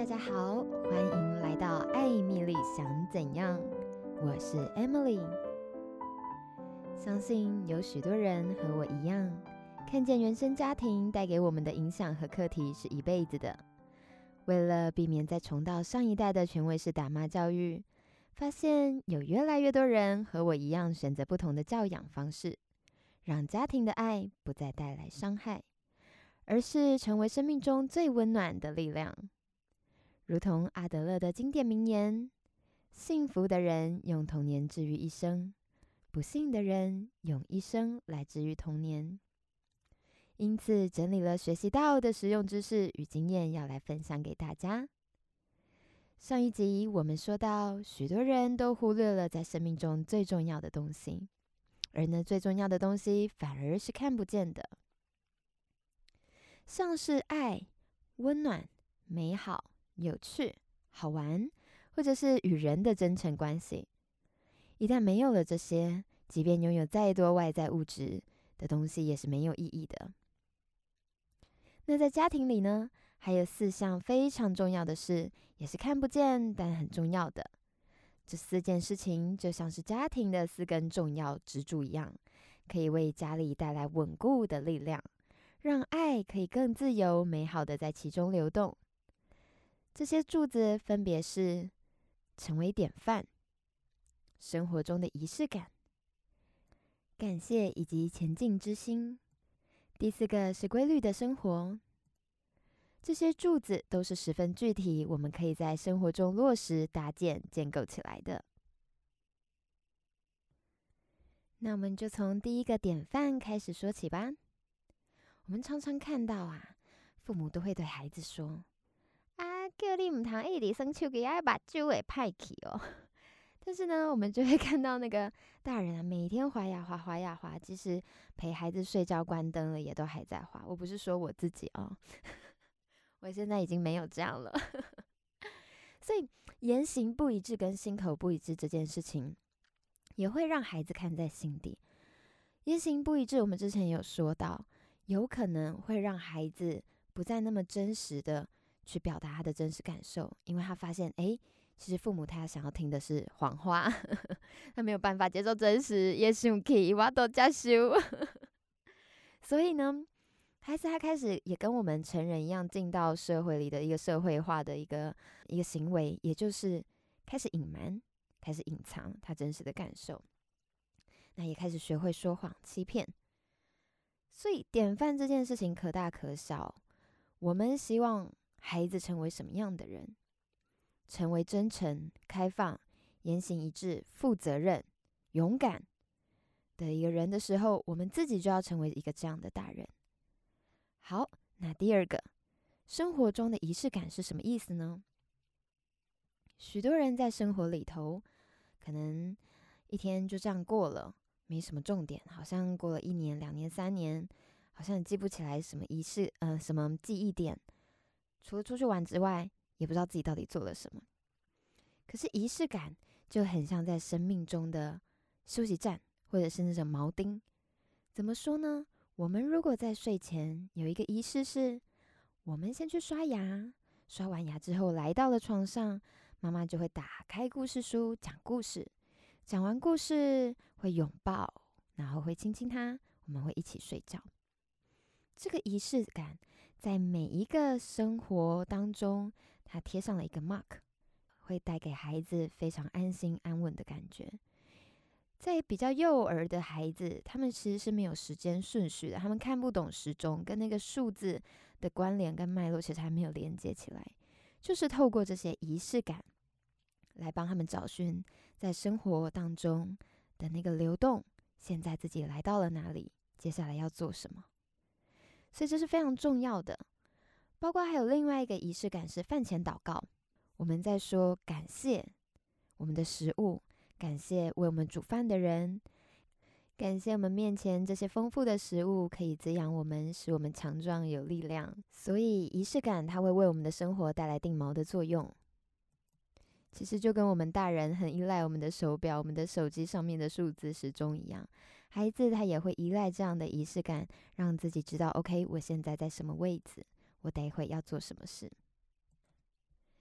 家好，欢迎来到艾米丽想怎样，我是 Emily。相信有许多人和我一样，看见原生家庭带给我们的影响和课题是一辈子的。为了避免再重蹈上一代的权威式打骂教育，发现有越来越多人和我一样选择不同的教养方式，让家庭的爱不再带来伤害，而是成为生命中最温暖的力量。如同阿德勒的经典名言，幸福的人用童年治愈一生，不幸的人用一生来治愈童年。因此整理了学习到的实用知识与经验要来分享给大家。上一集我们说到，许多人都忽略了在生命中最重要的东西，而那最重要的东西反而是看不见的，像是爱、温暖、美好、有趣、好玩，或者是与人的真诚关系。一旦没有了这些，即便拥有再多外在物质的东西也是没有意义的。那在家庭里呢，还有4项非常重要的事，也是看不见但很重要的。这4件事情就像是家庭的4根重要支柱一样，可以为家里带来稳固的力量，让爱可以更自由美好的在其中流动。这些柱子分别是成为典范、生活中的仪式感、感谢以及前进之心。第4个是规律的生活。这些柱子都是十分具体，我们可以在生活中落实搭建建构起来的。那我们就从第1个典范开始说起吧。我们常常看到父母都会对孩子说叫你不通一直耍手机，目睭会歹去哦。但是呢，我们就会看到那个大人每天滑呀滑，滑呀滑，即使陪孩子睡觉关灯了，也都还在滑。我不是说我自己我现在已经没有这样了。所以言行不一致跟心口不一致这件事情，也会让孩子看在心底。言行不一致，我们之前也有说到，有可能会让孩子不再那么真实的去表达他的真实感受，因为他发现其实父母他想要听的是谎话，他没有办法接受真实，也生气，我都接受。所以呢，孩子他开始也跟我们成人一样，进到社会里的一个社会化的一个行为，也就是开始隐瞒，开始隐藏他真实的感受，那也开始学会说谎欺骗。所以典范这件事情可大可小，我们希望孩子成为什么样的人？成为真诚、开放、言行一致、负责任、勇敢的一个人的时候，我们自己就要成为一个这样的大人。好，那第2个，生活中的仪式感是什么意思呢？许多人在生活里头，可能一天就这样过了，没什么重点，好像过了1年、2年、3年，好像也记不起来什么仪式，什么记忆点，除了出去玩之外，也不知道自己到底做了什么。可是仪式感就很像在生命中的休息站，或者是那种锚钉。怎么说呢？我们如果在睡前有一个仪式是，我们先去刷牙，刷完牙之后来到了床上，妈妈就会打开故事书讲故事，讲完故事会拥抱，然后会亲亲他，我们会一起睡觉。这个仪式感在每一个生活当中，它贴上了一个 mark， 会带给孩子非常安心安稳的感觉。在比较幼儿的孩子，他们其实是没有时间顺序的，他们看不懂时钟跟那个数字的关联跟脉络，其实还没有连接起来。就是透过这些仪式感来帮他们找寻在生活当中的那个流动，现在自己来到了哪里，接下来要做什么。所以这是非常重要的。包括还有另外一个仪式感是饭前祷告，我们在说感谢我们的食物，感谢为我们煮饭的人，感谢我们面前这些丰富的食物可以滋养我们，使我们强壮有力量。所以仪式感它会为我们的生活带来定锚的作用。其实就跟我们大人很依赖我们的手表、我们的手机上面的数字时钟一样，孩子他也会依赖这样的仪式感，让自己知道 OK， 我现在在什么位置，我待会要做什么事。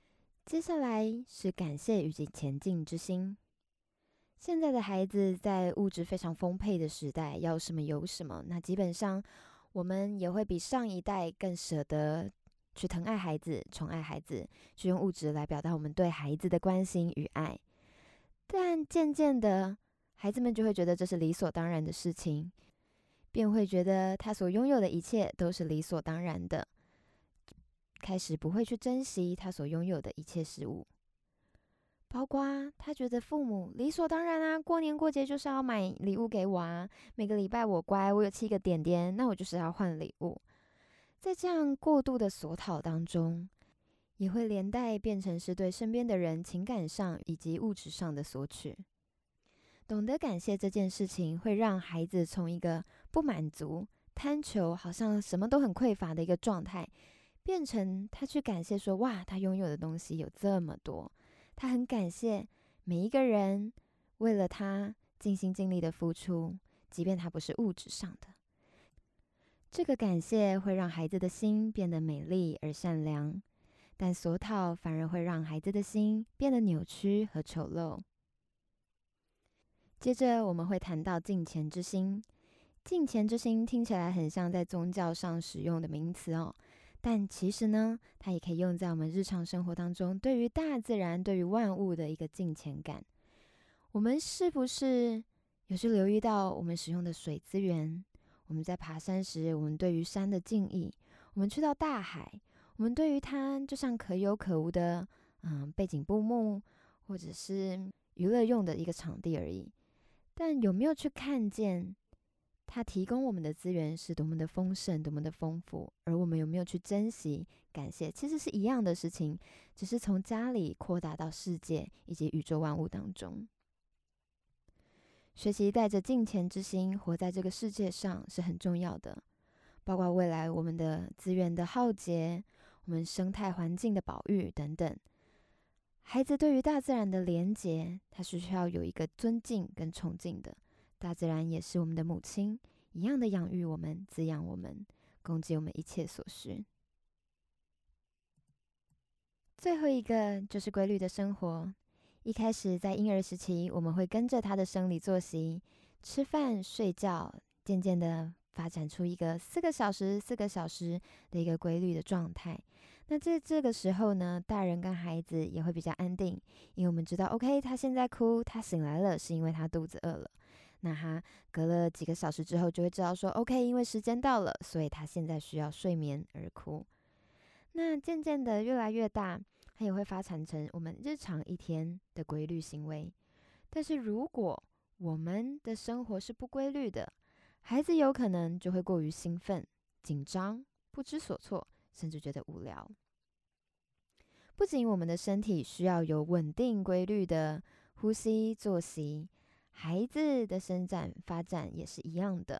接下来是感谢以及前进之心。现在的孩子在物质非常丰沛的时代，要什么有什么，那基本上我们也会比上一代更舍得去疼爱孩子、宠爱孩子，去用物质来表达我们对孩子的关心与爱。但渐渐的，孩子们就会觉得这是理所当然的事情，便会觉得他所拥有的一切都是理所当然的，开始不会去珍惜他所拥有的一切事物。包括他觉得父母理所当然啊，过年过节就是要买礼物给我啊，每个礼拜我乖，我有7个点点，那我就是要换礼物。在这样过度的索讨当中，也会连带变成是对身边的人情感上以及物质上的索取。懂得感谢这件事情，会让孩子从一个不满足、贪求，好像什么都很匮乏的一个状态，变成他去感谢说，哇，他拥有的东西有这么多，他很感谢每一个人为了他尽心尽力的付出，即便他不是物质上的。这个感谢会让孩子的心变得美丽而善良，但索讨反而会让孩子的心变得扭曲和丑陋。接着我们会谈到敬虔之心。敬虔之心听起来很像在宗教上使用的名词哦，但其实呢，它也可以用在我们日常生活当中，对于大自然、对于万物的一个敬虔感。我们是不是有时留意到我们使用的水资源？我们在爬山时，我们对于山的敬意；我们去到大海，我们对于它就像可有可无的背景布幕，或者是娱乐用的一个场地而已。但有没有去看见它提供我们的资源是多么的丰盛、多么的丰富，而我们有没有去珍惜、感谢，其实是一样的事情，只是从家里扩大到世界以及宇宙万物当中。学习带着敬虔之心活在这个世界上是很重要的，包括未来我们的资源的浩劫、我们生态环境的保育等等。孩子对于大自然的连结，他是需要有一个尊敬跟崇敬的。大自然也是我们的母亲，一样的养育我们、滋养我们，供给我们一切所需。最后一个就是规律的生活。一开始在婴儿时期，我们会跟着他的生理作息吃饭、睡觉，渐渐的发展出一个4个小时、4个小时的一个规律的状态。那在这个时候呢，大人跟孩子也会比较安定，因为我们知道 OK 他现在哭，他醒来了是因为他肚子饿了。那他隔了几个小时之后就会知道说 OK 因为时间到了，所以他现在需要睡眠而哭。那渐渐的越来越大，它也会发展成我们日常一天的规律行为。但是如果我们的生活是不规律的，孩子有可能就会过于兴奋、紧张、不知所措，甚至觉得无聊。不仅我们的身体需要有稳定规律的呼吸作息，孩子的生长发展也是一样的。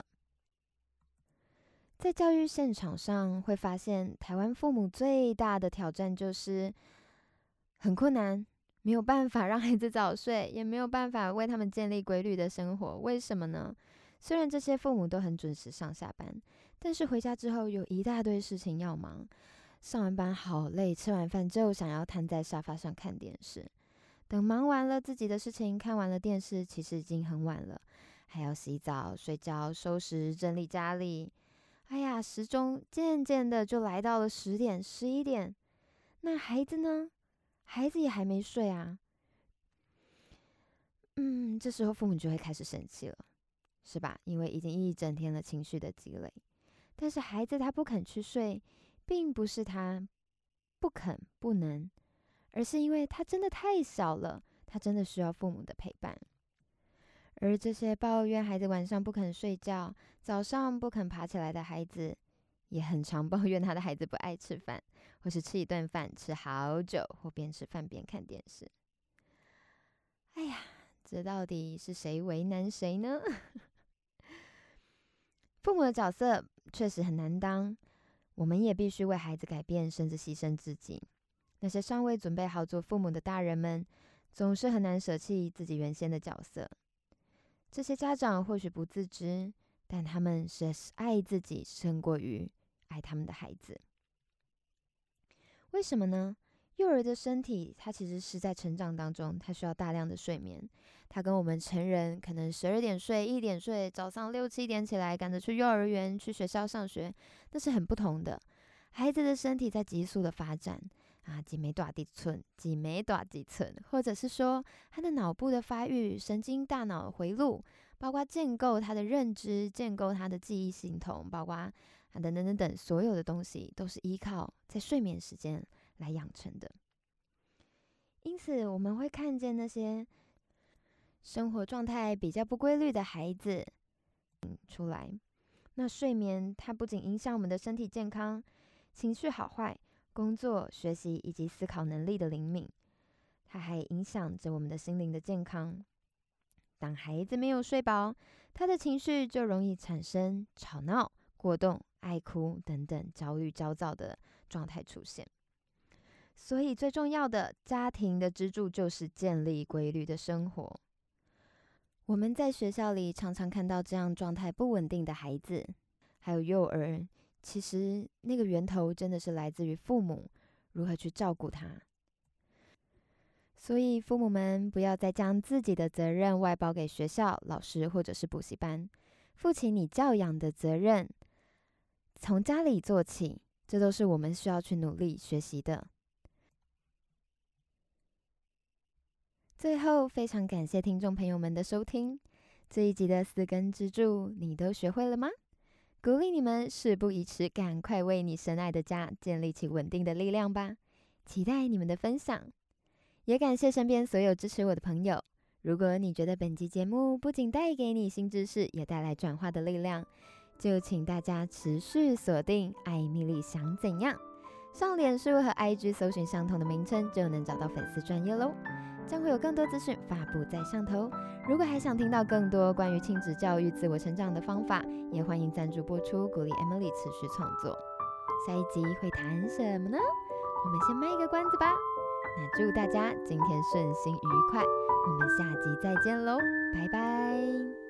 在教育现场上会发现，台湾父母最大的挑战就是很困难，没有办法让孩子早睡，也没有办法为他们建立规律的生活。为什么呢？虽然这些父母都很准时上下班，但是回家之后有一大堆事情要忙。上完班好累，吃完饭就想要瘫在沙发上看电视。等忙完了自己的事情，看完了电视，其实已经很晚了，还要洗澡、睡觉、收拾、整理家里。哎呀，时钟渐渐的就来到了10点、11点。那孩子呢？孩子也还没睡啊。这时候父母就会开始生气了，是吧？因为已经一整天了情绪的积累。但是孩子他不肯去睡，并不是他不肯不能，而是因为他真的太小了，他真的需要父母的陪伴。而这些抱怨孩子晚上不肯睡觉、早上不肯爬起来的孩子，也很常抱怨他的孩子不爱吃饭，或是吃一顿饭吃好久，或边吃饭边看电视。哎呀，这到底是谁为难谁呢？父母的角色确实很难当，我们也必须为孩子改变，甚至牺牲自己。那些尚未准备好做父母的大人们，总是很难舍弃自己原先的角色。这些家长或许不自知，但他们是爱自己胜过于爱他们的孩子。为什么呢？ 幼儿的身体，它其实是在成长当中，它需要大量的睡眠。它跟我们成人可能12点睡、1点睡，早上6、7点起来，赶着去幼儿园、去学校上学，那是很不同的。孩子的身体在急速的发展啊，几枚大几寸，几枚大几寸，或者是说他的脑部的发育、神经大脑回路，包括建构他的认知、建构他的记忆系统，包括等等等等，所有的东西都是依靠在睡眠时间来养成的。因此，我们会看见那些生活状态比较不规律的孩子出来。那睡眠它不仅影响我们的身体健康、情绪好坏、工作、学习以及思考能力的灵敏，它还影响着我们的心灵的健康。当孩子没有睡饱，他的情绪就容易产生吵闹、过动、爱哭等等焦虑、焦躁的状态出现。所以最重要的，家庭的支柱就是建立规律的生活。我们在学校里常常看到这样状态不稳定的孩子，还有幼儿，其实那个源头真的是来自于父母如何去照顾他。所以父母们不要再将自己的责任外包给学校、老师或者是补习班，负起你教养的责任，从家里做起，这都是我们需要去努力学习的。最后，非常感谢听众朋友们的收听。这一集的4根支柱，你都学会了吗？鼓励你们事不宜迟，赶快为你深爱的家建立起稳定的力量吧。期待你们的分享，也感谢身边所有支持我的朋友。如果你觉得本集节目不仅带给你新知识，也带来转化的力量，就请大家持续锁定艾蜜莉想怎样，上脸书和 IG 搜寻相同的名称，就能找到粉丝专页咯。将会有更多资讯发布在上头。如果还想听到更多关于亲子教育、自我成长的方法，也欢迎赞助播出，鼓励 Emily 持续创作。下一集会谈什么呢？我们先卖一个关子吧。那祝大家今天顺心愉快，我们下集再见喽，拜拜。